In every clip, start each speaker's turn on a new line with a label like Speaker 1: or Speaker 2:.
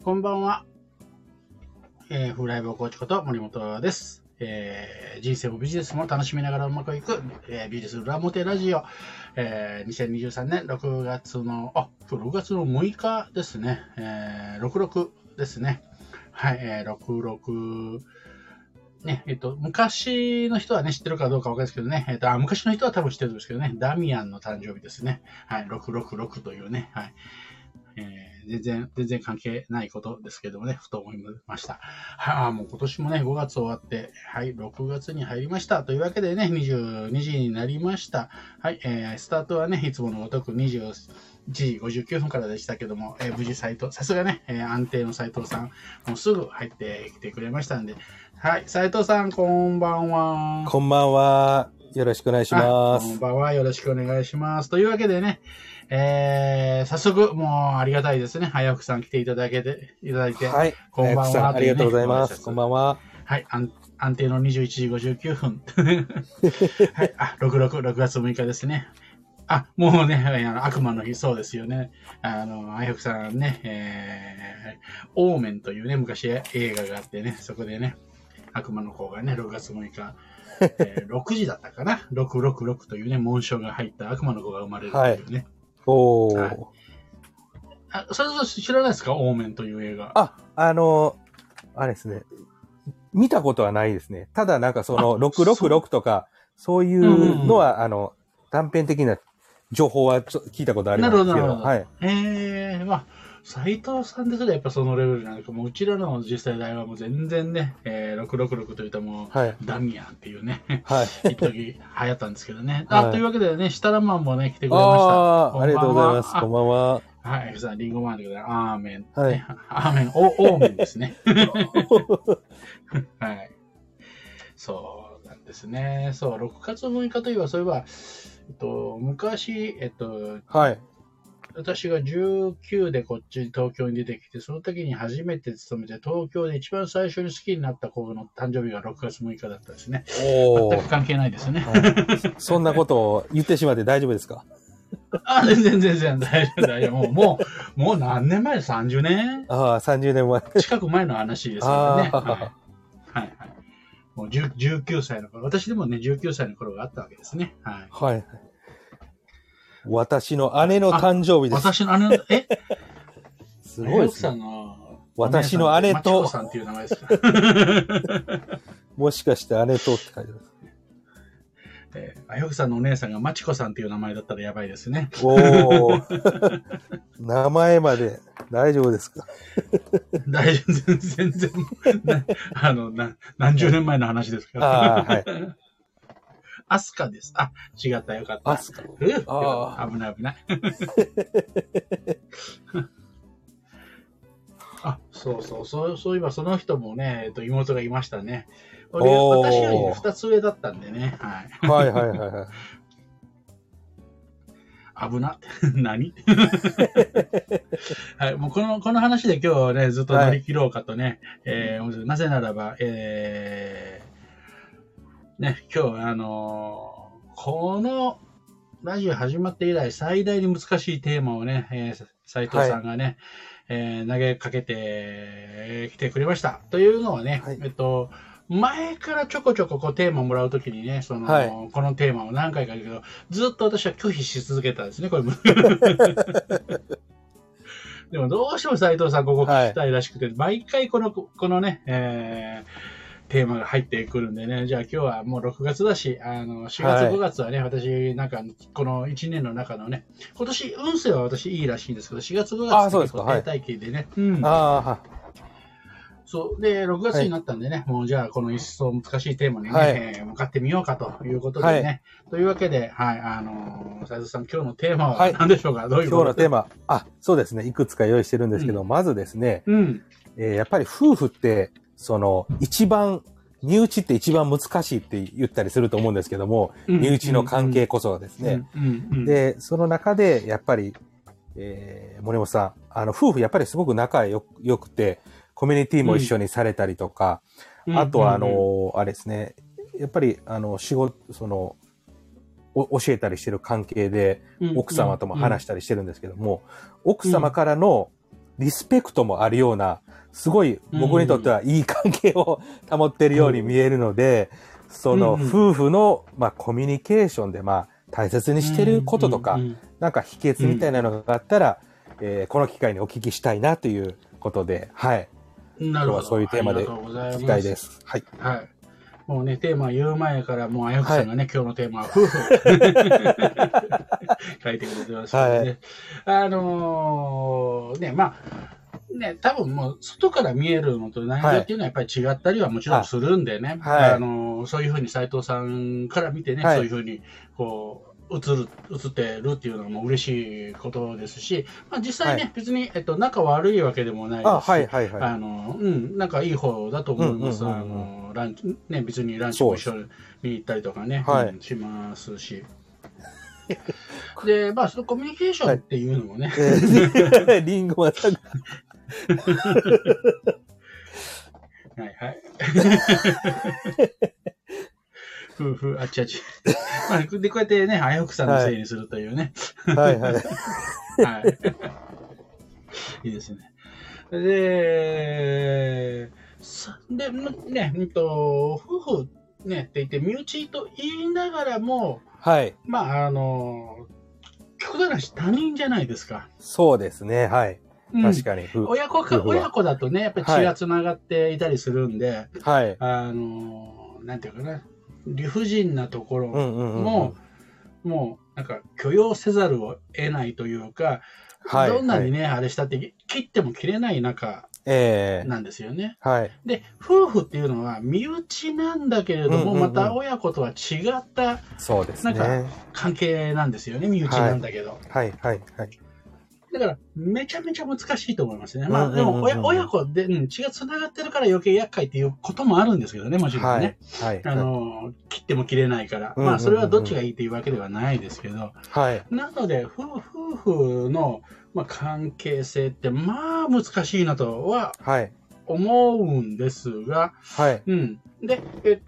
Speaker 1: こんばんは。フライブコーチこと森本です。人生もビジネスも楽しみながらうまくいく、ビジネス裏表ラジオ、2023年6月の、今日6月の6日ですね。66ですね。はい、66、ね、昔の人はね、知ってるかどうかわかんないですけどね、昔の人は多分知ってるんですけどね、ダミアンの誕生日ですね。はい、666というね、はい。全然関係ないことですけどもね、ふと思いました。もう今年もね、5月終わって、はい、6月に入りました。というわけでね、22時になりました。はい、スタートはね、いつものごとく21時59分からでしたけども、無事さすがね、安定の斉藤さん、もうすぐ入ってきてくれましたんで、はい、斉藤さん、こんばんは。
Speaker 2: こんばんは。よろしくお願いします。
Speaker 1: こんばんは。よろしくお願いします。というわけでね、早速、もうありがたいですね。早くさん来ていただいて、
Speaker 2: はい。
Speaker 1: こんばんは、
Speaker 2: ありがとうございます。こんばんは。
Speaker 1: はい、安定の21時59分。はい、6月6日ですね。もうね、悪魔の日、そうですよね。早くさんね、オーメンというね、昔映画があってね、そこでね、悪魔の子がね、6月6日、6時だったかな ?666 というね、紋章が入った悪魔の子が生まれるというね。
Speaker 2: はい、
Speaker 1: それ知らないですかオーメンという映画。
Speaker 2: あれですね。見たことはないですね。ただなんかその666とか、そういうのは、断片的な情報は聞いたことありますけど。
Speaker 1: なるほど。
Speaker 2: はい。
Speaker 1: 斉藤さんですらやっぱそのレベルなんかもううちらの実際代はもう全然ね、666といったもう、はい、ダミアンっていうね、はい、一時流行ったんですけどね。というわけでね、シタラマンもね、来てくれました。
Speaker 2: ありがとうございます。こんばんは。
Speaker 1: はい、リンゴマンでございます。アーメン。はい。アーメン、オーメンですね。はい。そうなんですね。そう、6月6日といえば、そういえば、昔、はい。私が19でこっち東京に出てきて、その時に初めて勤めて、東京で一番最初に好きになった子の誕生日が6月6日だったですね。全く関係ないですね。
Speaker 2: そんなことを言ってしまって大丈夫ですか？
Speaker 1: 全然大丈夫。もう何年前 ?30 年
Speaker 2: 30年前。
Speaker 1: 近く前の話ですからね。はい。もう19歳の頃、私でもね、19歳の頃があったわけですね。
Speaker 2: はい。私の姉の誕生日です。
Speaker 1: 私の姉の、
Speaker 2: すごいですね。私の姉と。まち
Speaker 1: こさんっていう名前ですか。
Speaker 2: もしかして姉とって書いてます。
Speaker 1: あよくさんのお姉さんがまちこさんっていう名前だったらやばいですね。
Speaker 2: 名前まで大丈夫ですか？
Speaker 1: 大丈夫、全然、何十年前の話ですから。
Speaker 2: はい。
Speaker 1: アスカです。違った、よかった。
Speaker 2: アスカ。
Speaker 1: 危ない。そういえばその人もね、妹がいましたね。私より2つ上だったんでね。
Speaker 2: はい。
Speaker 1: 危な。何はい、もうこの話で今日はね、ずっと乗り切ろうかとね。なぜならば、ね、今日このラジオ始まって以来最大に難しいテーマをね、斉藤さんがね、投げかけてきてくれました。というのはね、前からちょこちょこテーマもらうときにね、このテーマを何回か言うけど、ずっと私は拒否し続けたんですね、これも。でもどうしても斉藤さんここ聞きたいらしくて、毎回このね、テーマが入ってくるんでね、じゃあ今日はもう6月だし、4月5月はね、私なんかこの1年の中のね、今年運勢は私いいらしいんですけど、4月5月って停滞期でね、そうで6月になったんでね、もうじゃあこの一層難しいテーマにね、向かってみようかということでね、というわけで、斉藤さん今日のテーマは何でしょうか？どういうこと？
Speaker 2: 今日のテーマ、そうですね、いくつか用意してるんですけど、まずですね、やっぱり夫婦って身内って一番難しいって言ったりすると思うんですけども、身内の関係こそですね。で、その中で、やっぱり、森本さん、夫婦やっぱりすごく仲良くて、コミュニティも一緒にされたりとか、あとは、あれですね、やっぱり、仕事、教えたりしてる関係で、奥様とも話したりしてるんですけども、奥様からのリスペクトもあるような、すごい僕にとってはいい関係を保っているように見えるので、その夫婦の、まあ、コミュニケーションで、まあ、大切にしてることとか、なんか秘訣みたいなのがあったら、この機会にお聞きしたいなということで、はい。
Speaker 1: なるほど。今日は
Speaker 2: そういうテーマで聞きたいです。はい。
Speaker 1: はい。もうね、テーマ言う前から、もうあやこさんがね、今日のテーマは夫婦。書いてくれてますのでね。ね、まあ、ね、多分もう外から見えるのと内容っていうのはやっぱり違ったりはもちろんするんでね、そういうふうに斉藤さんから見てね、そういうふうにこう映ってるっていうのはもう嬉しいことですし、まあ、実際ね、別に、仲悪いわけでもないですし、仲いい方だと思います。ね、別にランチも一緒に行ったりとかね、しますし。で、まあ、そのコミュニケーションっていうのもね。
Speaker 2: リンゴは
Speaker 1: はいはい。夫婦、あっちあっち。まあ、で、こうやってね、あやふくさんのせいにするというね。
Speaker 2: はいはい。はい。
Speaker 1: いいですね。で、ね、夫婦ねって言って、身内と言いながらも、
Speaker 2: はい。
Speaker 1: まあ、極端な話、他人じゃないですか。
Speaker 2: そうですね、はい。確かに。
Speaker 1: 親子だとね、やっぱり血が繋がっていたりするんで、
Speaker 2: はい。
Speaker 1: なんていうかな、理不尽なところも、もう、なんか許容せざるを得ないというか、どんなにね、あれしたって切っても切れない仲なんですよね。
Speaker 2: はい。
Speaker 1: で、夫婦っていうのは身内なんだけれども、また親子とは違った、
Speaker 2: そうですね。
Speaker 1: なんか関係なんですよね、身内なんだけど。
Speaker 2: はい、はい、はい。
Speaker 1: だから、めちゃめちゃ難しいと思いますね。まあ、でも、親子で、血が繋がってるから余計厄介っていうこともあるんですけどね、もちろんね。はい。切っても切れないから。まあ、それはどっちがいいっていうわけではないですけど。
Speaker 2: はい。
Speaker 1: なので、夫婦の、まあ、関係性って、まあ、難しいなとは、思うんですが、
Speaker 2: はい。
Speaker 1: で、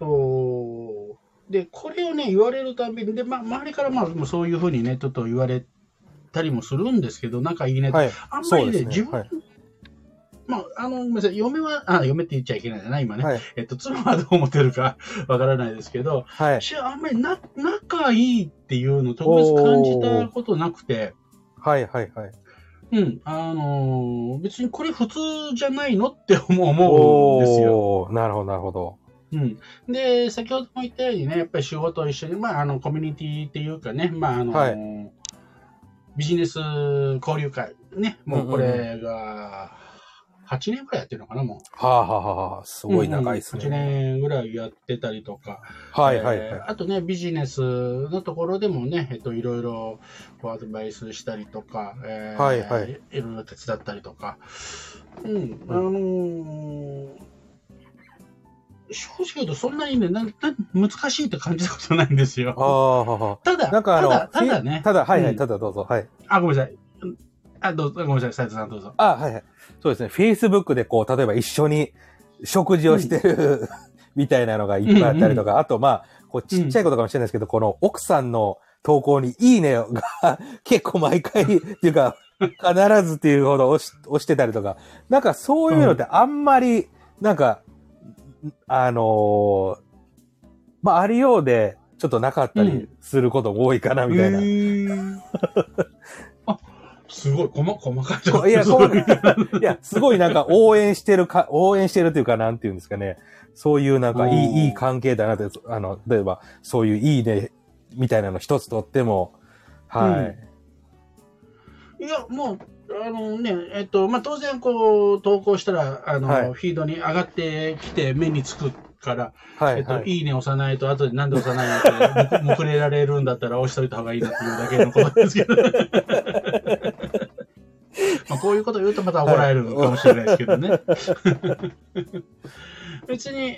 Speaker 1: で、これをね、言われるたびに、で、まあ、周りからまあ、そういうふうにね、ちょっと言われたりもするんですけど、仲いいね。あんまりね、自分、まあ、ごめんなさい、嫁って言っちゃいけないじゃない、今ね。妻はどう思ってるかわからないですけど、あんまり仲いいっていうの特別感じたことなくて、
Speaker 2: はいはいはい。
Speaker 1: 別にこれ普通じゃないのって思うんですよ。
Speaker 2: なるほど、なるほど。
Speaker 1: で、先ほども言ったようにね、やっぱり仕事を一緒に、まあ、コミュニティっていうかね、まあ、ビジネス交流会、ね、もうこれが、8年ぐらいやってるのかな、もう。
Speaker 2: すごい長いですね。
Speaker 1: 8年ぐらいやってたりとか。あとね、ビジネスのところでもね、いろいろアドバイスしたりとか、いろいろ手伝ったりとか。正直言うとそんなにね、難しいって感じたことないんですよ。ただね。
Speaker 2: ただどうぞ。はい。
Speaker 1: ごめんなさい。ごめんなさい、斉藤さんどうぞ。
Speaker 2: そうですね。Facebook でこう、例えば一緒に食事をしてる、みたいなのがいっぱいあったりとか、あとまあ、こうちっちゃいことかもしれないですけど、この奥さんの投稿にいいねが結構毎回っていうか、必ずっていうほど押してたりとか、なんかそういうのってあんまり、なんか、まあ、あるようで、ちょっとなかったりすることも多いかな、みたいな。
Speaker 1: すごい、細かいところ。
Speaker 2: いや、すごいなんか応援してるというか、なんていうんですかね。そういうなんかいい関係だなって、例えば、そういういいね、みたいなの一つとっても、
Speaker 1: いや、もう、まあ、当然、こう、投稿したら、フィードに上がってきて目につくから、いいね押さないと、後でなんで押さないのって、むくれられるんだったら押しといた方がいいなっていうだけのことですけど。まあ、こういうこと言うとまた怒られるかもしれないですけどね。別に、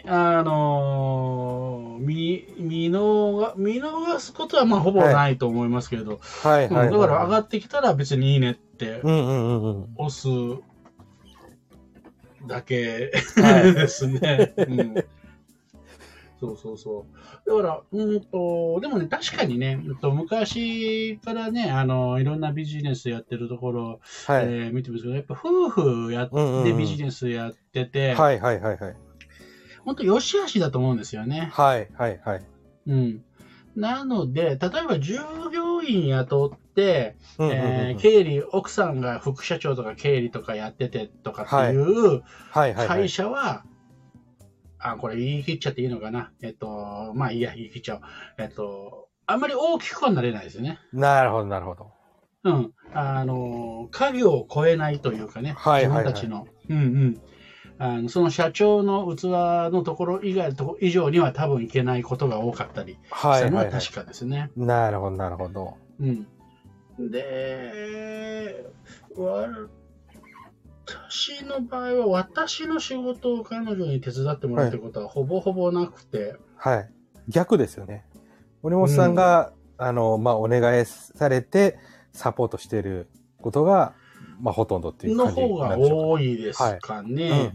Speaker 1: 見逃すことはまあほぼないと思いますけど、だから上がってきたら別にいいねって押すだけですね。 そうそうそう。だから、でもね、確かにね、昔からね、いろんなビジネスやってるところ、
Speaker 2: はい。
Speaker 1: 見てますけど、やっぱ夫婦でビジネスやってて、
Speaker 2: はいはいはいはい。
Speaker 1: 本当良し悪しだと思うんですよね。
Speaker 2: はいはいはい。
Speaker 1: うん。なので、例えば従業員雇って、経理、奥さんが副社長とか経理とかやっててとかっていう会社は、これ言い切っちゃっていいのかな。まあいいや、言い切っちゃおう。あんまり大きくはなれないですよね。
Speaker 2: なるほど、なるほど。
Speaker 1: うん。家業を超えないというかね。自分たちの。その社長の器のところ以上には多分いけないことが多かったりしたのは確かですね。
Speaker 2: なるほど、なるほど。
Speaker 1: うん。で、私の場合は、私の仕事を彼女に手伝ってもらうということはほぼほぼなくて。
Speaker 2: はい。逆ですよね。森本さんが、お願いされてサポートしていることが、ほとんどっていう感じ
Speaker 1: の方が多いですかね。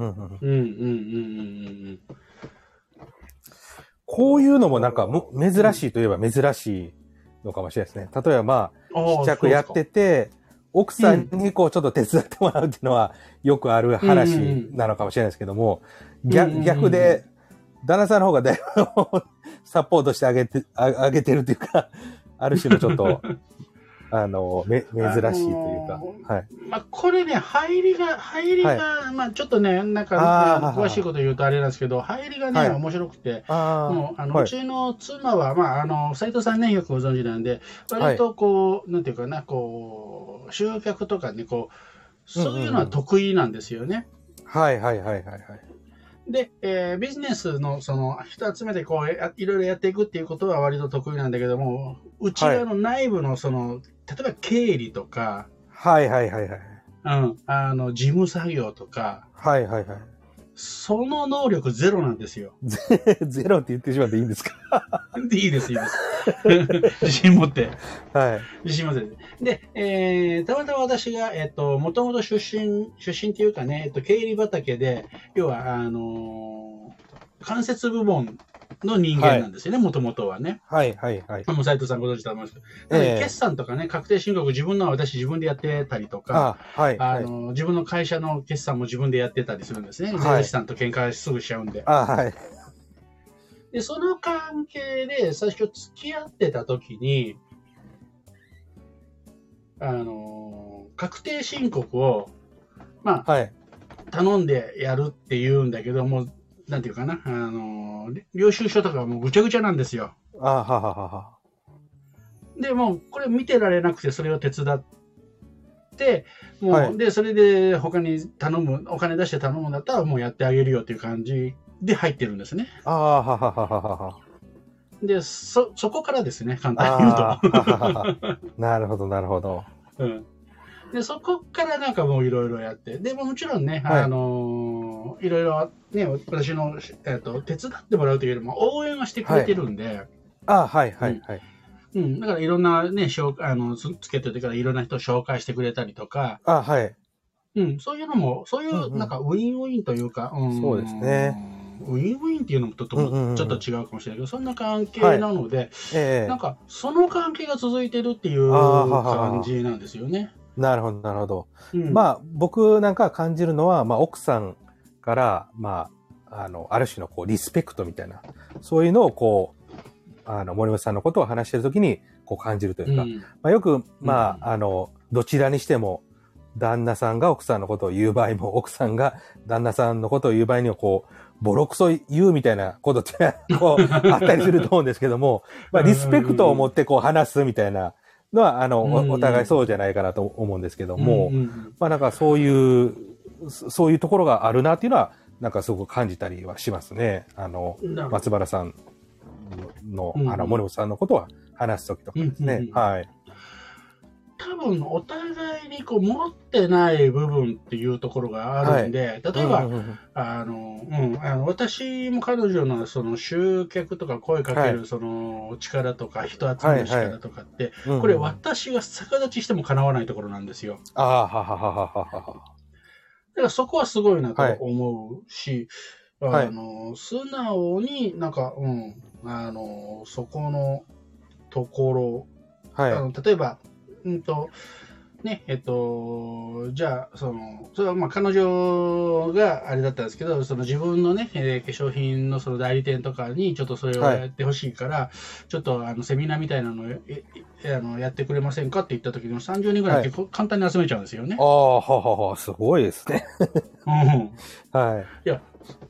Speaker 2: こういうのもなんか珍しいといえば珍しいのかもしれないですね。例えば試着やってて、奥さんにこうちょっと手伝ってもらうっていうのはよくある話なのかもしれないですけども、逆で、旦那さんの方がだいぶサポートしてあげてるっていうか、ある種のちょっと、珍しいというか。はい。
Speaker 1: これね、入りが、ちょっとね、なんか、詳しいこと言うとあれなんですけど、入りがね、面白くて、うちの妻は、斉藤さんね、よくご存知なんで、割とこう、なんていうかな、こう、集客とかね、こう、そういうのは得意なんですよね。
Speaker 2: はいはいはいはいはい。
Speaker 1: で、ビジネスの人集めてこういろいろやっていくっていうことは割と得意なんだけども、うち側の内部の例えば経理とか、
Speaker 2: はいはいはいはい。
Speaker 1: 事務作業とか、
Speaker 2: はいはいはい。
Speaker 1: その能力ゼロなんですよ。
Speaker 2: ゼロって言ってしまっていいんですか？
Speaker 1: いいです、いいです。自信持って。
Speaker 2: はい。
Speaker 1: 自信持って。で、たまたま私が、もともと出身っていうかね、経理畑で、要は、間接部門の人間なんですよね、もともとはね。
Speaker 2: はいはいはい。
Speaker 1: もう斉藤さんご存知だと思いますけど。決算とかね、確定申告自分でやってたりとか、自分の会社の決算も自分でやってたりするんですね。税理士さんと喧嘩すぐしちゃうんで。
Speaker 2: はい。
Speaker 1: で、その関係で最初付き合ってた時に、確定申告を、頼んでやるって言うんだけども、なんていうかな、領収書とかもぐちゃぐちゃなんですよ。で、もうこれ見てられなくてそれを手伝って、で、それで他にお金出して頼むんだったらもうやってあげるよっていう感じで入ってるんですね。で、そこからですね、簡単に言うと。
Speaker 2: なるほど、なるほど。
Speaker 1: で、そこからなんかもういろいろやって、でももちろんね、いろいろね、私の、手伝ってもらうというよりも応援はしてくれてるんで、
Speaker 2: はいはいはい。
Speaker 1: だからいろんなね、つけてるからいろんな人を紹介してくれたりとか、そういうのも、そういうなんかウィンウィンというか、
Speaker 2: そうですね。
Speaker 1: ウィンウィンっていうのもちょっと違うかもしれないけど、そんな関係なので、なんかその関係が続いてるっていう感じなんですよね。
Speaker 2: なるほど、なるほど。僕なんか感じるのは、奥さんから、ある種のこうリスペクトみたいな、そういうのをこう、森本さんのことを話してるときにこう感じるというか、よく、どちらにしても、旦那さんが奥さんのことを言う場合も、奥さんが旦那さんのことを言う場合には、こう、ボロクソ言うみたいなことってこうあったりすると思うんですけども、リスペクトを持ってこう話すみたいなのは、お互いそうじゃないかなと思うんですけども、なんかそういうところがあるなっていうのは、なんかすごく感じたりはしますね。松原さんの、森本さんのことは話すときとかですね。はい。
Speaker 1: 多分お互いにこう持ってない部分っていうところがあるんで、例えば、私も彼女のその集客とか声かけるその力とか人集める力とかって、これ私が逆立ちしてもかなわないところなんですよ。だからそこはすごいなと思うし、
Speaker 2: はい。
Speaker 1: 素直になんか、そこのところ、
Speaker 2: はい。
Speaker 1: 例えば、ね、じゃあ、それはまあ彼女があれだったんですけど、その自分のね、化粧品のその代理店とかにちょっとそれを
Speaker 2: はい。
Speaker 1: やってほしいから、ちょっとセミナーみたいなのをやってくれませんかって言った時に30人ぐらい
Speaker 2: はい。
Speaker 1: 結構簡単に集めちゃうんですよね。
Speaker 2: ああ、ははは、すごいですね。
Speaker 1: うん。
Speaker 2: はい。
Speaker 1: いや、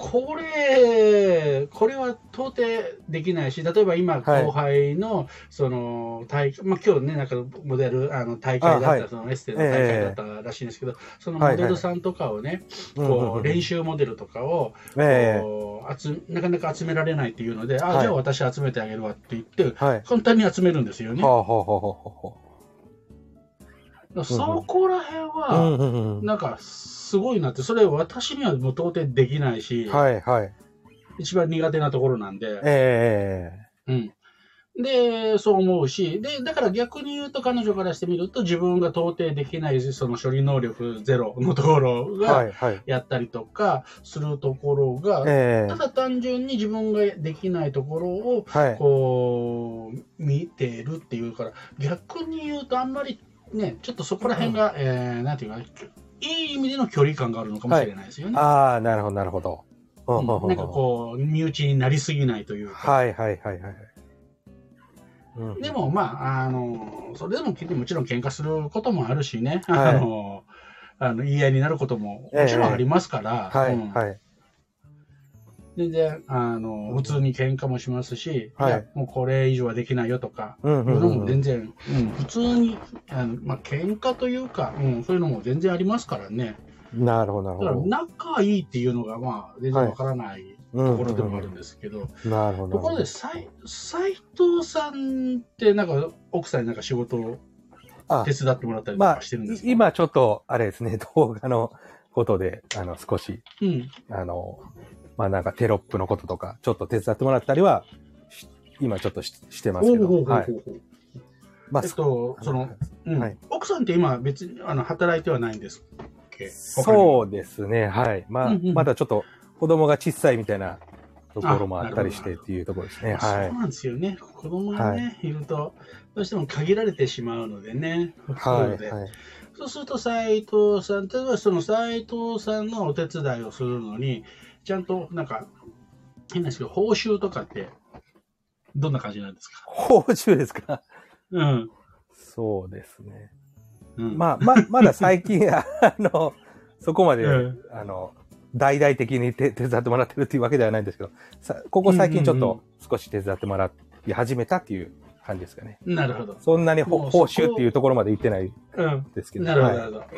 Speaker 1: これは到底できないし、例えば今、後
Speaker 2: はい。
Speaker 1: 輩の、その、まあ、今日ね、なんか、モデル、大会だった、
Speaker 2: はい。
Speaker 1: そのエステ
Speaker 2: え
Speaker 1: の大会だっ
Speaker 2: え、
Speaker 1: たらしいんですけど、その
Speaker 2: はい、はい。
Speaker 1: モデルさんとかをね、
Speaker 2: うん、うん、
Speaker 1: こう、練
Speaker 2: うん。
Speaker 1: 習モデルとかを、
Speaker 2: ええ、
Speaker 1: なかなか集められないっていうので、じゃあ
Speaker 2: はい。
Speaker 1: 私集めてあげるわって言って、
Speaker 2: はい。
Speaker 1: 簡単に集めるんですよね。
Speaker 2: はあ、はあ、はあ、はあ、はあ。うん、うん。
Speaker 1: そこら辺は、
Speaker 2: うん、うん、うん。
Speaker 1: なんか、すごいなって、それ私にはもう到底できないし、
Speaker 2: はい、はい。
Speaker 1: 一番苦手なところなんで、
Speaker 2: ええ、
Speaker 1: うん。で、そう思うし、で、だから逆に言うと彼女からしてみると自分が到底できないその処理能力ゼロのところが
Speaker 2: はい、はい。
Speaker 1: やったりとかするところが、た
Speaker 2: ええ、
Speaker 1: だ単純に自分ができないところを
Speaker 2: はい。
Speaker 1: こう見てるっていうから、逆に言うとあんまりね、ちょっとそこら辺が、なんていうか、いい意味での距離感があるのかもし
Speaker 2: はい。
Speaker 1: れないですよね。
Speaker 2: ああ、なるほど、なるほど。ほうほうほう
Speaker 1: なんか
Speaker 2: ほう。
Speaker 1: こう、身内になりすぎないというか。
Speaker 2: はい、はい、はい、はい。うん、うん。
Speaker 1: でも、まあ、それでももちろん喧嘩することもあるしね、
Speaker 2: はい。
Speaker 1: 言い合いになることも
Speaker 2: え
Speaker 1: もちろんあ
Speaker 2: え、
Speaker 1: りますから、
Speaker 2: はい、はい。
Speaker 1: 全然、普通
Speaker 2: うん、
Speaker 1: に喧嘩もしますし、いや、
Speaker 2: はい。
Speaker 1: もうこれ以上はできないよとか、
Speaker 2: うん、うん、
Speaker 1: いうのも
Speaker 2: うん。
Speaker 1: 全然、普通に、まあ、喧嘩というか、そういうのも全然ありますからね。
Speaker 2: なるほど、なるほ
Speaker 1: だから、
Speaker 2: ど。
Speaker 1: 仲いいっていうのが、まあ、全然
Speaker 2: はい。
Speaker 1: わからない
Speaker 2: うん、
Speaker 1: とこ
Speaker 2: うん、
Speaker 1: ろでもあるん
Speaker 2: うん。
Speaker 1: ですけど、
Speaker 2: なるほど、
Speaker 1: ところで、
Speaker 2: なるほど。
Speaker 1: 斉藤さんって、なんか、奥さんになんか仕事を
Speaker 2: あ、
Speaker 1: 手伝ってもらったりと
Speaker 2: まあ、
Speaker 1: かしてるんですか？
Speaker 2: 今ちょっと、あれですね、動画のことで、少し、
Speaker 1: うん。
Speaker 2: まあなんかテロップのこととか、ちょっと手伝ってもらったりは、今ちょっとしてますけど、
Speaker 1: ほうほうほう
Speaker 2: はい。
Speaker 1: ほうほう。
Speaker 2: まあ、はい。
Speaker 1: 奥さんって今別に働いてはないんですっけ？他には。
Speaker 2: そうですね、はい。まあ、
Speaker 1: うんうん。
Speaker 2: まだちょっと子供が小さいみたいなところもあっ
Speaker 1: なるほど、なるほど。
Speaker 2: たりしてっていうところですね、はい。
Speaker 1: そうなんですよね。子供が
Speaker 2: はい。
Speaker 1: ね、いると、どうしても限られてしまうのでね。そういう
Speaker 2: はい、
Speaker 1: ので。
Speaker 2: はい。
Speaker 1: そうすると斉藤さん、例えばその斉藤さんのお手伝いをするのに、ちゃんとなんか、変なんですけど、報酬とかってどんな感じなんですか？
Speaker 2: 報酬ですか？
Speaker 1: うん。
Speaker 2: そうですね。
Speaker 1: うん。
Speaker 2: まだ最近、そこまで、
Speaker 1: うん。
Speaker 2: 大々的に手伝ってもらってるっていうわけではないんですけど、ここ
Speaker 1: うんう
Speaker 2: 最近ちょっと
Speaker 1: ん
Speaker 2: 少し手伝ってもらい始めたっていう感じですかね。
Speaker 1: うん。なるほど。
Speaker 2: そんなに
Speaker 1: もう
Speaker 2: 報酬っていうところまで行ってない
Speaker 1: うん。
Speaker 2: ですけど、
Speaker 1: なるほど、
Speaker 2: はい。
Speaker 1: なるほど。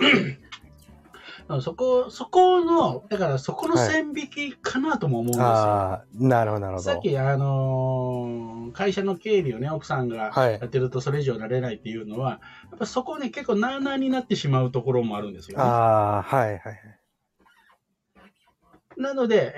Speaker 1: そこの、だからそこの
Speaker 2: はい。
Speaker 1: 線引きかなとも思うんですよ。
Speaker 2: ああ、なるほど、なるほど。
Speaker 1: さっき、会社の経理をね、奥さんが
Speaker 2: はい。
Speaker 1: やってるとそれ以上なれないっていうのは、やっぱそこね、結構なあなあになってしまうところもあるんですよね。
Speaker 2: ああ、はい、はい。
Speaker 1: なので、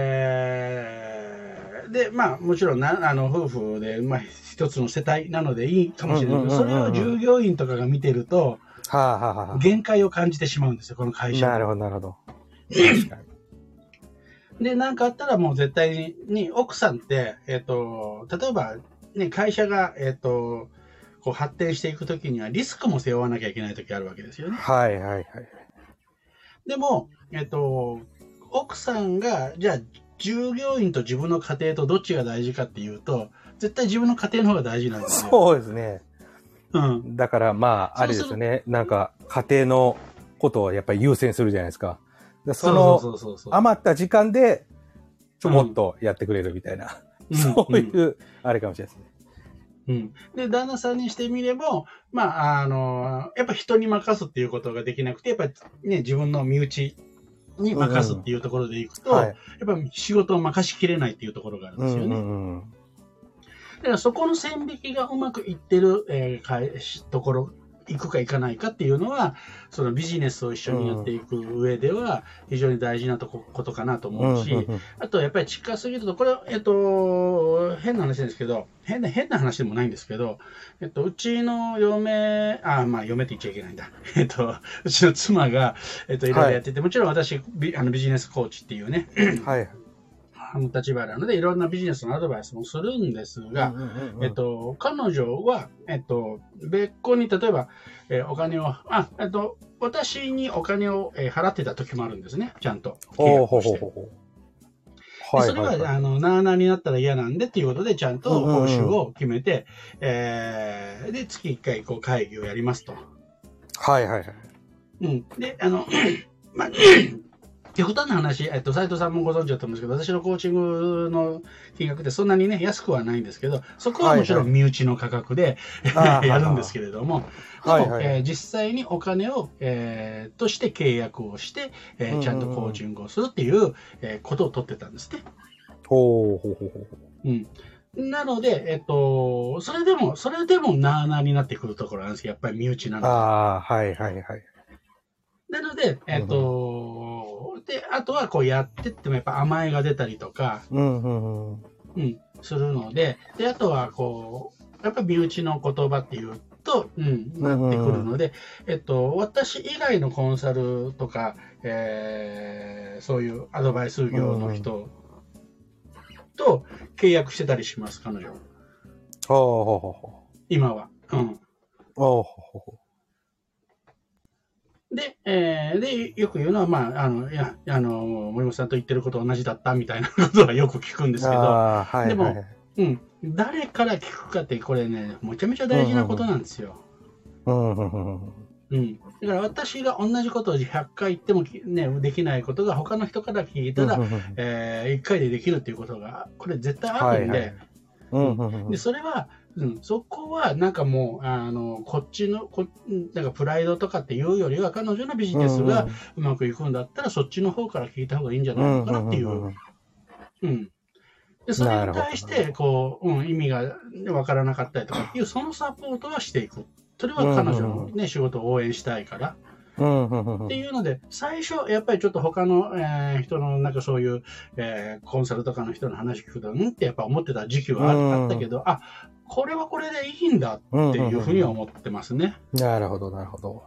Speaker 1: で、まあ、もちろん夫婦で、まあ、一つの世帯なのでいいか
Speaker 2: うんうんう
Speaker 1: もしれないけど、それを
Speaker 2: んうんうん。
Speaker 1: 従業員とかが見てると、
Speaker 2: はあ、はあはあはあ。
Speaker 1: 限界を感じてしまうんですよ、この会社の。
Speaker 2: なるほど、なるほど。確かに。
Speaker 1: で、なんかあったらもう絶対に奥さんって、例えば、ね、会社が、こう発展していくときにはリスクも背負わなきゃいけないときあるわけですよね。
Speaker 2: はい、はい、はい。
Speaker 1: でも、奥さんが、じゃあ、従業員と自分の家庭とどっちが大事かっていうと、絶対自分の家庭の方が大事なんですよ。
Speaker 2: そうですね。
Speaker 1: うん。
Speaker 2: だからまあ、あ
Speaker 1: そうする、
Speaker 2: れですね。なんか、家庭のことをやっぱり優先するじゃないですか。でそ
Speaker 1: そうそう
Speaker 2: の
Speaker 1: そうそうそう。
Speaker 2: 余った時間で、ちょもっ
Speaker 1: うん。
Speaker 2: とやってくれるみたいな。
Speaker 1: うん。
Speaker 2: そうい
Speaker 1: うん。
Speaker 2: う、あれかもしれないですね。
Speaker 1: うん。で、旦那さんにしてみれば、まあ、やっぱ人に任すっていうことができなくて、やっぱりね、自分の身内に
Speaker 2: うん
Speaker 1: 任す
Speaker 2: うん。
Speaker 1: っていうところでいくと、
Speaker 2: はい。
Speaker 1: やっぱ仕事を任しきれないっていうところがあるん
Speaker 2: うんう
Speaker 1: ですよね。
Speaker 2: んうん。
Speaker 1: だからそこの線引きがうまくいってる、ところ、行くか行かないかっていうのは、そのビジネスを一緒にやっていく上では、非常に大事なことかなと思うし、
Speaker 2: うんうんうん。
Speaker 1: あとやっぱり近すぎると、これ、変な話ですけど、変な話でもないんですけど、うちの嫁、まあ、嫁って言っちゃいけないんだ。うちの妻が、いろいろ
Speaker 2: はい。
Speaker 1: やってて、もちろん私、ビジネスコーチっていうね、
Speaker 2: はい。
Speaker 1: 立場なので、いろんなビジネスのアドバイスもするんですが、彼女は、別個に、例えば、お金を、私にお金を払ってた時もあるんですね、ちゃんと。契約をして。それは、なあなあになったら嫌なんでっていうことで、ちゃんと報酬を決めて、で、月1回、こう、会議をやりますと。
Speaker 2: はいはいはい。
Speaker 1: うん。で、まあ、極端な話、斉藤さんもご存知だと思うんですけど、私のコーチングの金額ってそんなにね、安くはないんですけど、そこはもちろん身内の価格で、やるんですけれども、実際にお金を、として契約をして、ちゃんとコーチングをするっていう、ことを取ってたんですね。うん。なので、それでもなあなあになってくるところなんですけど、やっぱり身内なので。
Speaker 2: はいはいはい。
Speaker 1: なので、で、あとはこうやってってもやっぱ甘えが出たりとか、するので、で、あとはこう、やっぱり身内の言葉っていうと、なってくるので、私以外のコンサルとか、そういうアドバイス業の人と契約してたりします、彼女。今は。で、よく言うのは、森本さんと言ってること同じだったみたいなことはよく聞くんですけど、でも、誰から聞くかって、これね、めちゃめちゃ大事なことなんですよ。だから私が同じことを100回言っても、ね、できないことが他の人から聞いたら、1回でできるっていうことが、これ絶対あるんで、でそれは、そこはなんかもうこっちのなんかプライドとかっていうよりは、彼女のビジネスがうまくいくんだったら、そっちの方から聞いた方がいいんじゃないのかなっていう。でそれに対してこう、意味がわからなかったりとかっていう、そのサポートはしていく。それは彼女の、ね、仕事を応援したいから。っていうので、最初、やっぱりちょっと他の、人の、なんかそういう、コンサルとかの人の話聞くと、ってやっぱ思ってた時期はあったけど、これはこれでいいんだっていうふうには思ってますね。
Speaker 2: なるほど、なるほど。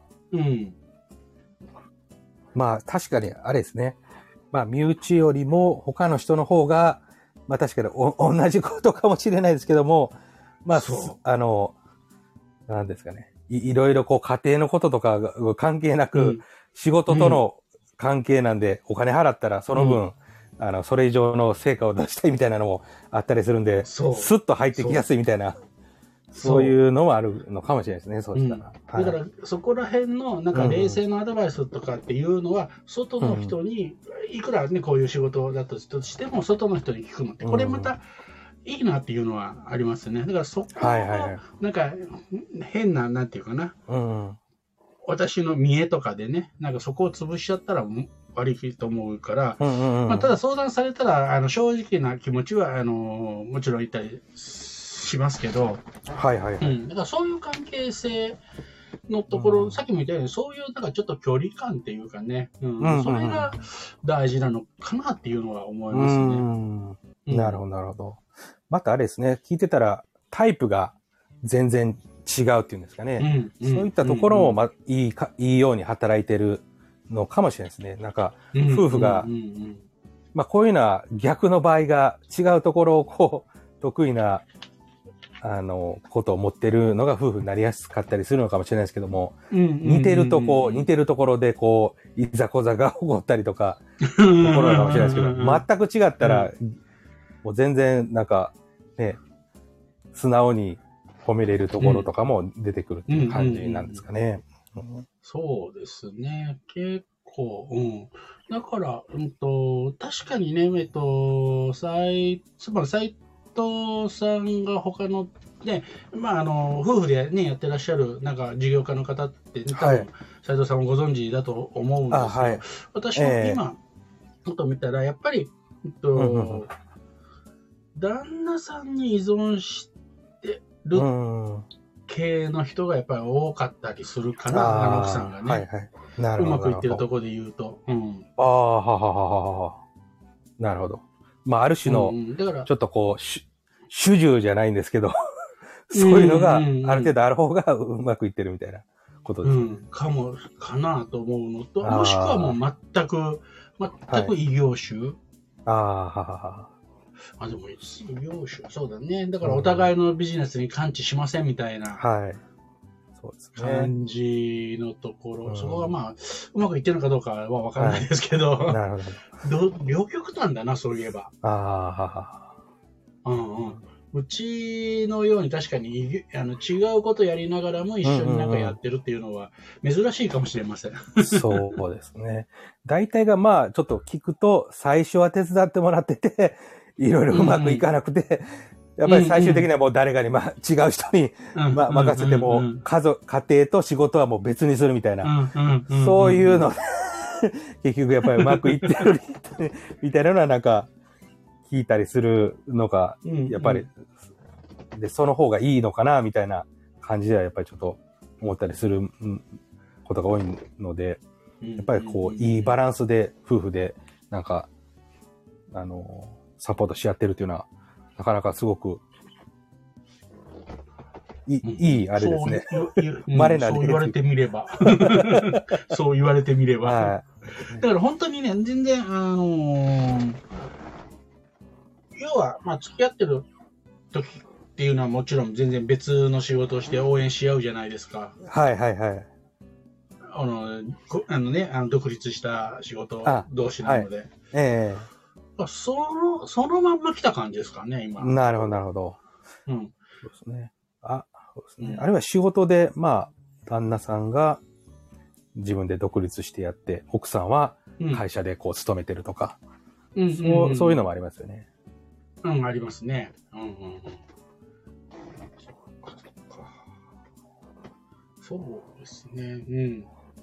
Speaker 2: まあ、確かに、あれですね。まあ、身内よりも他の人の方が、まあ確かに同じことかもしれないですけども、まあ、なんですかね。いろいろこう家庭のこととかが関係なく、仕事との関係なんで、お金払ったらその分、それ以上の成果を出したいみたいなのもあったりするんで、スッと入ってきやすいみたいな、そういうのもあるのかもしれないですね、そうしたら。
Speaker 1: だから、そこら辺の、なんか冷静なアドバイスとかっていうのは、外の人に、いくらね、こういう仕事だとしても、外の人に聞くのって、これまた、いいなっていうのはありますね。だからそこの、なんか変な、なんていうかな、私の見栄とかでね、なんかそこを潰しちゃったら悪いと思うから、ただ相談されたら、正直な気持ちは、もちろん言ったりしますけど、だからそういう関係性のところ、さっきも言ったように、そういうなんかちょっと距離感っていうかね、それが大事なのかなっていうのは思いますね。
Speaker 2: なるほど、なるほど。またあれですね、聞いてたらタイプが全然違うっていうんですかね。そういったところもいいように働いてるのかもしれないですね。なんか、夫婦が、まあこういうのは逆の場合が違うところをこう、得意な、ことを持ってるのが夫婦になりやすかったりするのかもしれないですけども、似てるところでこう、いざこざが起こったりとか、ところかもしれないですけど、全く違ったら、もう全然なんか、ね、素直に褒めれるところとかも出てくるっていう感じなんですかね。
Speaker 1: そうですね。結構、だから、確かにね、斉藤さんが他の、ね、夫婦でね、やってらっしゃる、なんか事業家の方って、多分、斉藤さんもご存知だと思うんですけど、私も今、ちょっと見たら、やっぱり、旦那さんに依存してる系の人がやっぱり多かったりするかな、奥さんがね。うまくいってるところで言うと。
Speaker 2: なるほど。まあ、ある種の、ちょっとこう、主従じゃないんですけど、そういうのがある程度ある方がうまくいってるみたいなことですね。
Speaker 1: かなと思うのと、もしくはもう全く異業種。
Speaker 2: ああ、ははは。
Speaker 1: でも、そうだね。だからお互いのビジネスに関知しませんみたいな。
Speaker 2: はい。そうですね。
Speaker 1: 感じのところ、そこがまあ、うまくいってるのかどうかはわからないですけど。
Speaker 2: なるほど。
Speaker 1: 両極端だな、そういえば。
Speaker 2: ああ、はは。
Speaker 1: うちのように確かに違うことやりながらも一緒になんかやってるっていうのは珍しいかもしれません。
Speaker 2: そうですね。大体がまあちょっと聞くと最初は手伝ってもらってて、いろいろうまくいかなくて、やっぱり最終的にはもう誰かに違う人に任せても家庭と仕事はもう別にするみたいな、そういうの結局やっぱりうまくいってるみたいなのはなんか、聞いたりするのが、やっぱり、で、その方がいいのかな、みたいな感じではやっぱりちょっと思ったりすることが多いので、やっぱりこう、いいバランスで、夫婦で、なんか、サポートし合ってるっていうのは、なかなかすごく、いい、あれですね。
Speaker 1: 稀な例。そう言われてみれば。そう言われてみれば。はい、だから本当にね、全然、要は、まあ、付き合ってる時っていうのはもちろん全然別の仕事をして応援し合うじゃないですか。
Speaker 2: はいはいはい。
Speaker 1: 独立した仕事同士なので。そのまんま来た感じですかね、今。
Speaker 2: なるほど、なるほど。
Speaker 1: そう
Speaker 2: ですね。そうですね。あるいは仕事で、まあ、旦那さんが自分で独立してやって、奥さんは会社でこう勤めてるとか、そういうのもありますよね。
Speaker 1: ありますね。そうですね。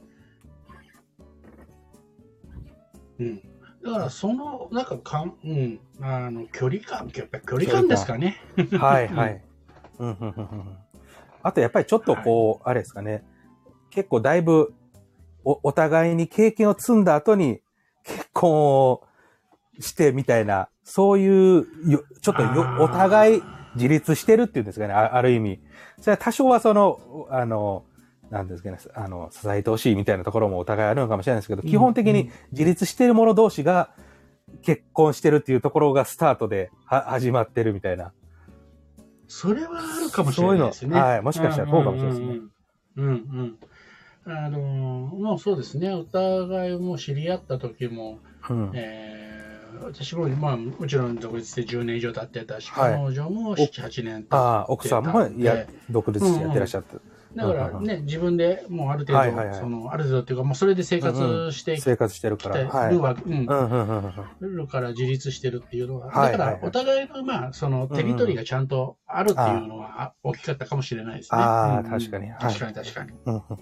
Speaker 1: だから、なんか距離感、やっぱり距離感ですかね。
Speaker 2: はいはい。あと、やっぱりちょっとこう、あれですかね。結構だいぶ、お互いに経験を積んだ後に結婚をしてみたいな、そういう、ちょっとお互い自立してるっていうんですかね、ある意味。それは多少はなんですかね、支えてほしいみたいなところもお互いあるのかもしれないですけど、基本的に自立してる者同士が結婚してるっていうところがスタートで始まってるみたいな。
Speaker 1: それはあるかもしれないですね。
Speaker 2: そういうの、はい、もしかしたらそうかもしれないです
Speaker 1: ね。もうそうですね、お互いも知り合った時も、私も、まあ、もちろん独立して10年以上経ってたし、彼女も7、8年経ってた。
Speaker 2: 奥さんも独立してやってらっしゃって。
Speaker 1: だからね、自分でもうある程度、ある程度っていうか、もうそれで生活して
Speaker 2: 生活してるから。
Speaker 1: るから自立してるっていうのは、だからお互いの、まあ、そのテリトリーがちゃんとあるっていうのは大きかったかもしれないですね。
Speaker 2: 確かに。
Speaker 1: 確かに。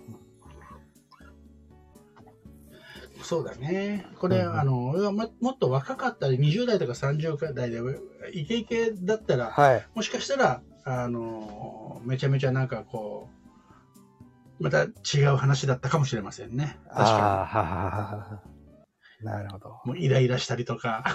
Speaker 1: そうだね。これ、もっと若かったり、20代とか30代で、イケイケだったら、もしかしたら、めちゃめちゃなんかこう、また違う話だったかもしれませんね。確か
Speaker 2: に。なるほど。
Speaker 1: もうイライラしたりとか、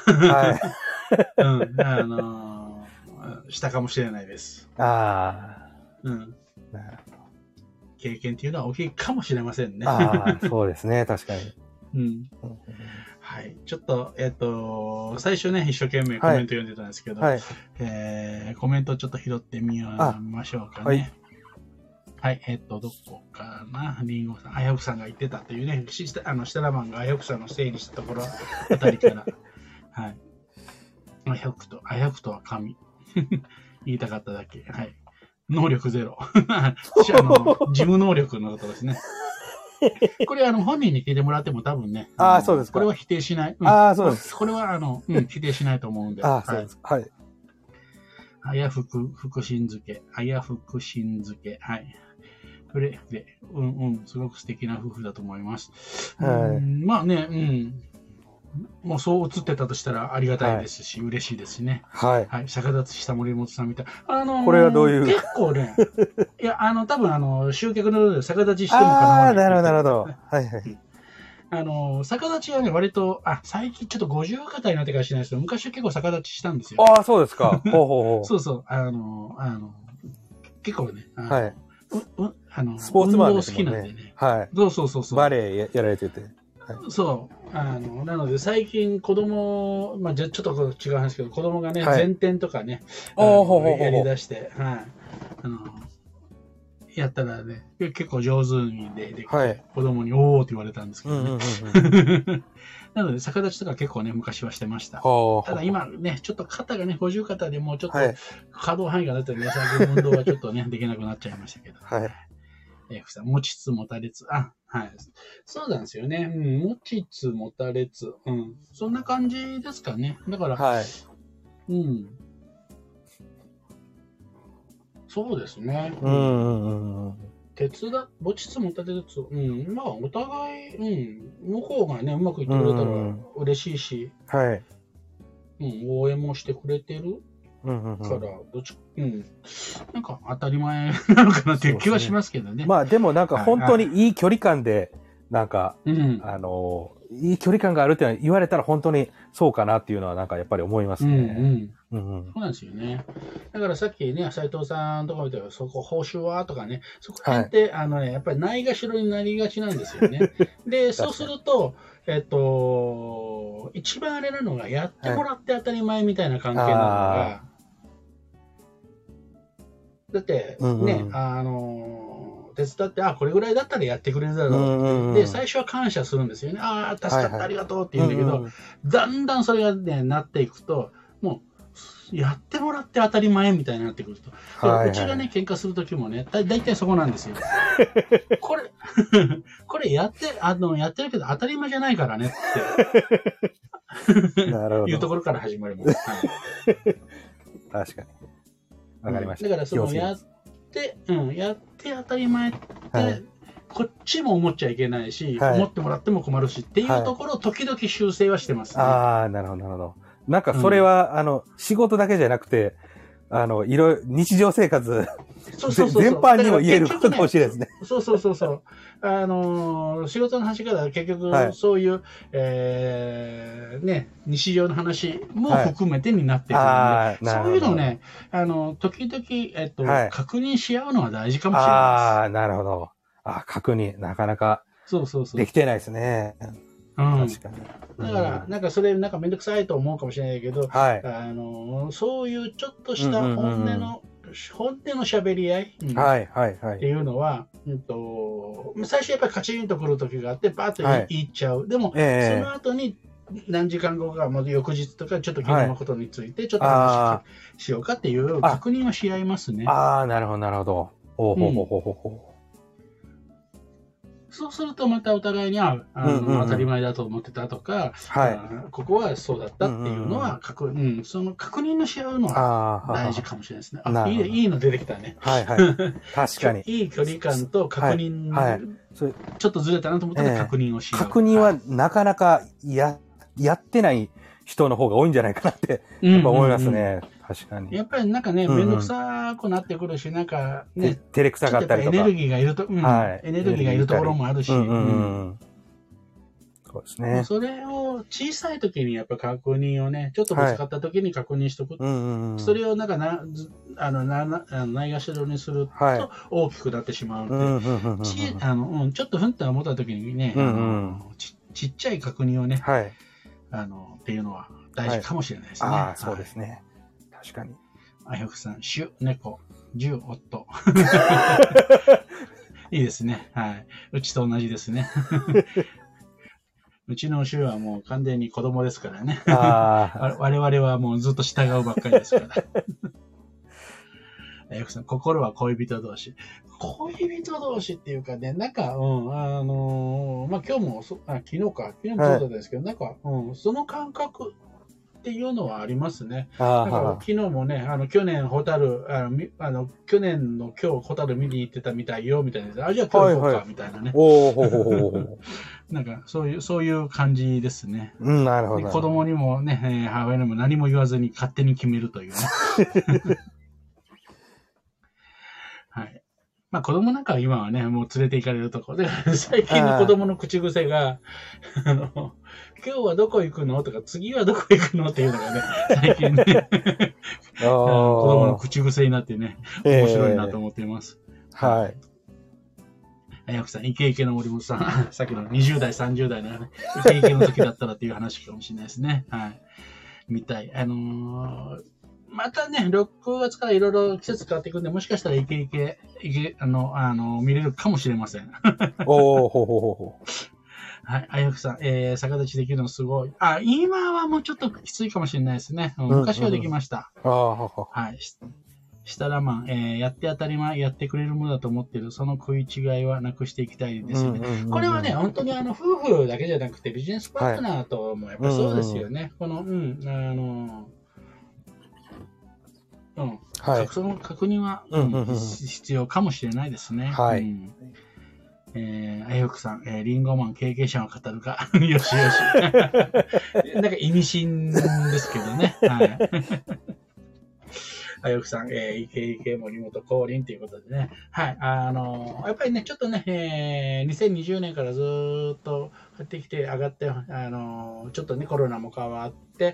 Speaker 1: したかもしれないです。
Speaker 2: なるほど。
Speaker 1: 経験っていうのは大きいかもしれませんね。
Speaker 2: そうですね、確かに。
Speaker 1: はい。ちょっと、最初ね、一生懸命コメント読んでたんですけど、コメントちょっと拾ってみましょうかね。はい。どこかな、リンゴさん、あやふくさんが言ってたというね、設楽マンがあやふくさんの整理したところあたりから、はい。あやふくとは神。言いたかっただけ。はい。能力ゼロ。事務能力のことですね。これ本人に聞いてもらっても多分ね。
Speaker 2: そうですか。
Speaker 1: これは否定しない。
Speaker 2: そうです。
Speaker 1: これは否定しないと思うんで。
Speaker 2: そうです。はい。
Speaker 1: あやふく、福神漬け。あやふく神漬け。はい。すごく素敵な夫婦だと思います。まあね、もうそう映ってたとしたらありがたいですし、嬉しいですね。
Speaker 2: はい。
Speaker 1: 逆立ちした森本さんみたい。
Speaker 2: これはどういう
Speaker 1: 結構ね、いや、多分集客のルールで逆立ちしても構わない。
Speaker 2: なるほど。はいはい。
Speaker 1: 逆立ちはね、割と、最近ちょっと50肩になってからしないですけど、昔は結構逆立ちしたんですよ。
Speaker 2: そうですか。ほう。
Speaker 1: そうそう。結構ね、
Speaker 2: はい。
Speaker 1: スポーツマンですもんね。
Speaker 2: 運動好きなんでね。はい。
Speaker 1: そう。
Speaker 2: バレエやられてて。
Speaker 1: そう。なので最近子供、まあ、ちょっと違う話ですけど、子供がね、
Speaker 2: はい
Speaker 1: 前転とかね、やり出して、はい。やったらね、結構上手にできて、はい、子供におーって言われたんですけどね。なので、逆立ちとか結構ね、昔はしてました。ただ今ね、ちょっと肩がね、50肩でもうちょっと可動範囲が出てね、最近運動はちょっとね、できなくなっちゃいましたけど。はい。持ちつ持たれつ。はい。そうなんですよね。持ちつ持たれつ。そんな感じですかね。だから、はい。そうですね。持ちつ持たれつ。まあ、お互い、向こうがね、うまくいってくれたら嬉しいし、はい。応援もしてくれてるから、なんか当たり前なのかなっていう気はしますけどね。
Speaker 2: まあ、でもなんか本当にいい距離感で、なんか、いい距離感があるって言われたら本当にそうかなっていうのはなんかやっぱり思いますね。
Speaker 1: そうなんですよね。だからさっきね、斉藤さんとか見たら、そこ報酬はとかね、そこら辺って、やっぱりないがしろになりがちなんですよね。で、そうすると、一番あれなのが、やってもらって当たり前みたいな関係なのが、だって、ね、手伝って、これぐらいだったらやってくれるだろう。で、最初は感謝するんですよね。助かったありがとうって言うんだけど、だんだんそれがね、なっていくと、もう、やってもらって当たり前みたいになってくると。うちがね、喧嘩するときもね、だいたいそこなんですよ。これやってるけど当たり前じゃないからねって。なるほど。いうところから始まります。
Speaker 2: 確かに。わかりました。
Speaker 1: だからやって当たり前って、こっちも思っちゃいけないし、思ってもらっても困るしっていうところを時々修正はしてますね。
Speaker 2: ああ、なるほど、なるほど。なんかそれは、仕事だけじゃなくて、日常生活、全般にも言えることかもしれないですね。
Speaker 1: そう。仕事の話から結局、そういう、ね、日常の話も含めてになってくるので、そういうのをね、時々、確認し合うのは大事かもしれないです。
Speaker 2: ああ、なるほど。確認、なかなか、できてないですね。確かに。
Speaker 1: だから、なんかそれ、なんかめんどくさいと思うかもしれないけど、そういうちょっとした本音の喋り合いっていうのは、最初やっぱりカチンとくる時があって、バーッと言っちゃう。でも、その後に何時間後か、翌日とか、ちょっと昨日のことについて、ちょっと話しようかっていう確認をし合いますね。
Speaker 2: なるほど、なるほど。
Speaker 1: そうするとまたお互いに当たり前だと思ってたとか、ここはそうだったっていうのはその確認のし合うのは大事かもしれないですね。いいの出てきたね。
Speaker 2: 確かに。
Speaker 1: いい距離感と確認、ちょっとずれたなと思ったら確認をし合う。
Speaker 2: 確認はなかなかやってない人の方が多いんじゃないかなってやっぱ思いますね。確かに。
Speaker 1: やっぱりなんかね、めんどくさくなってくるし、なんかね、
Speaker 2: 照れくさかったりとか。
Speaker 1: エネルギーがいると、エネルギーがいるところもあるし、
Speaker 2: そうですね。
Speaker 1: それを小さい時にやっぱ確認をね、ちょっとぶつかった時に確認しとく。それをなんかないがしろにすると大きくなってしまうので、ちょっとふんって思った時にね、ちっちゃい確認をね、っていうのは大事かもしれないですね。
Speaker 2: そうですね。確かに。
Speaker 1: あひょくさん、種、猫、10、夫。いいですね。はい。うちと同じですね。うちの種はもう完全に子供ですからね。我々はもうずっと従うばっかりですから。あひょくさん、心は恋人同士。恋人同士っていうかね、なんか、まあ、今日も昨日もそうだったんですけど、なんか、その感覚、っていうのはありますね。だから昨日もね、去年の今日ホタル見に行ってたみたいよみたいな、じゃあ今日行こうかみたいなね。なんかそういう感じですね。
Speaker 2: なるほど。
Speaker 1: 子供にもね、母親にも何も言わずに勝手に決めるというね。はい。まあ子供なんかは今はね、もう連れて行かれるところで、最近の子供の口癖が、今日はどこ行くのとか、次はどこ行くのっていうのがね、最近ね、子供の口癖になってね、面白いなと思っています。
Speaker 2: はい。
Speaker 1: あやふさん、イケイケの森本さん、さっきの20代、30代のね、イケイケの時だったらっていう話かもしれないですね。はい。みたい。またね、6月からいろいろ季節変わっていくんで、もしかしたらイケイケ、見れるかもしれません。
Speaker 2: おー、ほうほうほうほう。
Speaker 1: はい。あやふさん、逆立ちできるのすごい。今はもうちょっときついかもしれないですね。昔はできました。はい。したらまあ、やって当たり前、やってくれるものだと思っている、その食い違いはなくしていきたいですよね。これはね、本当に夫婦だけじゃなくて、ビジネスパートナーともやっぱりそうですよね。この、はい、その確認は、必要かもしれないですね。
Speaker 2: はい。
Speaker 1: あやふくさん、リンゴマン経験者が語るか。よしよし。なんか意味深ですけどね。はい。あやふくさん、イケイケ森本降臨ということでね。はい。やっぱりね、ちょっとね、2020年からずっとやってきて上がって、ちょっとね、コロナも変わって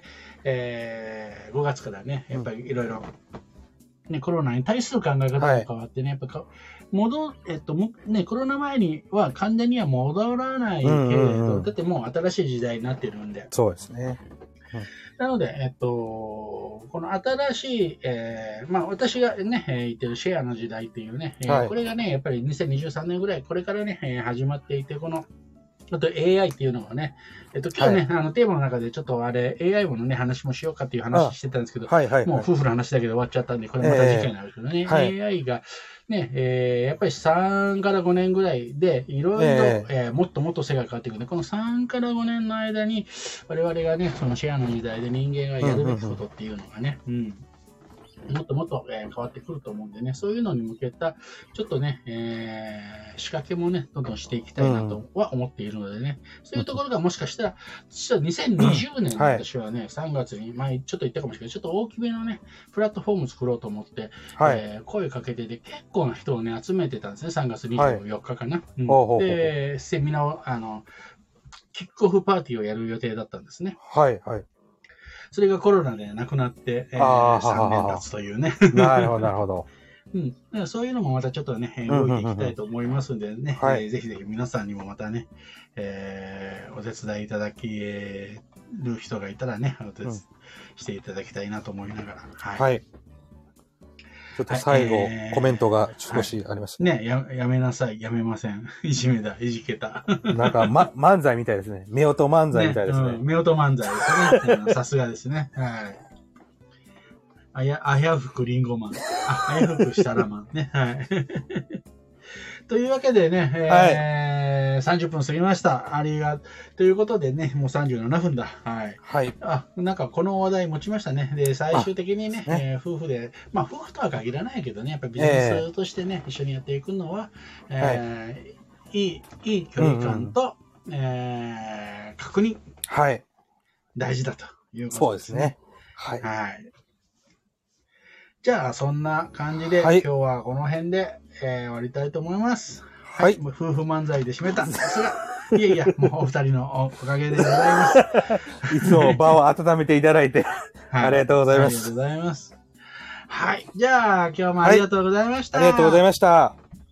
Speaker 1: 、5月からね、やっぱりいろいろ、ね、コロナに対する考え方が変わってね、やっぱね、コロナ前には完全には戻らないけれど、だってもう新しい時代になってるんで。
Speaker 2: そうですね。
Speaker 1: なので、この新しい、私がね、言ってるシェアの時代っていうね、これがね、やっぱり2023年ぐらい、これからね、始まっていて、あと AI っていうのがね、今日ね、テーマの中でちょっとAI のね、話もしようかっていう話してたんですけど、もう夫婦の話だけで終わっちゃったんで、これまた次回になるけどね、AI がね、やっぱり3から5年ぐらいで、いろいろ、もっともっと世界が変わっていくので、この3から5年の間に、我々がね、そのシェアの時代で人間がやるべきことっていうのがね、もっともっと、変わってくると思うんでね、そういうのに向けた、ちょっとね、仕掛けもね、どんどんしていきたいなとは思っているのでね、そういうところがもしかしたら、実は2020年の私はね、3月に、前ちょっと言ったかもしれないけど、ちょっと大きめのね、プラットフォーム作ろうと思って、声かけてて、結構な人をね、集めてたんですね、3月24日かな。で、セミナーを、キックオフパーティーをやる予定だったんですね。それがコロナでなくなって、3年経つというね。
Speaker 2: なるほど、なるほど。
Speaker 1: そういうのもまたちょっとね、動いていきたいと思いますんでね、ぜひぜひ皆さんにもまたね、お手伝いいただける人がいたらね、していただきたいなと思いながら。はい。
Speaker 2: ちょっと最後、コメントが少しありました
Speaker 1: ね。やめなさい、やめません。いじめだ、いじけた。
Speaker 2: なんか、漫才みたいですね。夫婦漫才みたいですね。
Speaker 1: 夫婦漫才ですね。さすがですね。はい。あやふくりんごマン。あやふくしたらマンね。はい。というわけでね、30分過ぎました。ということでね、もう37分だ。はい。なんかこの話題持ちましたね。で、最終的にね、夫婦で、夫婦とは限らないけどね、やっぱりビジネスとしてね、一緒にやっていくのは、いい距離感と、確認。大事だということですね。そうですね。はい。じゃあ、そんな感じで、今日はこの辺で、終わりたいと思います。はい。夫婦漫才で締めた。さすが。いや、もうお二人のおかげでございます。
Speaker 2: いつも場を温めていただいて、ありがとうございます。ありがとう
Speaker 1: ございます。はい。じゃあ、今日もありがとうございました。
Speaker 2: ありがとうございました。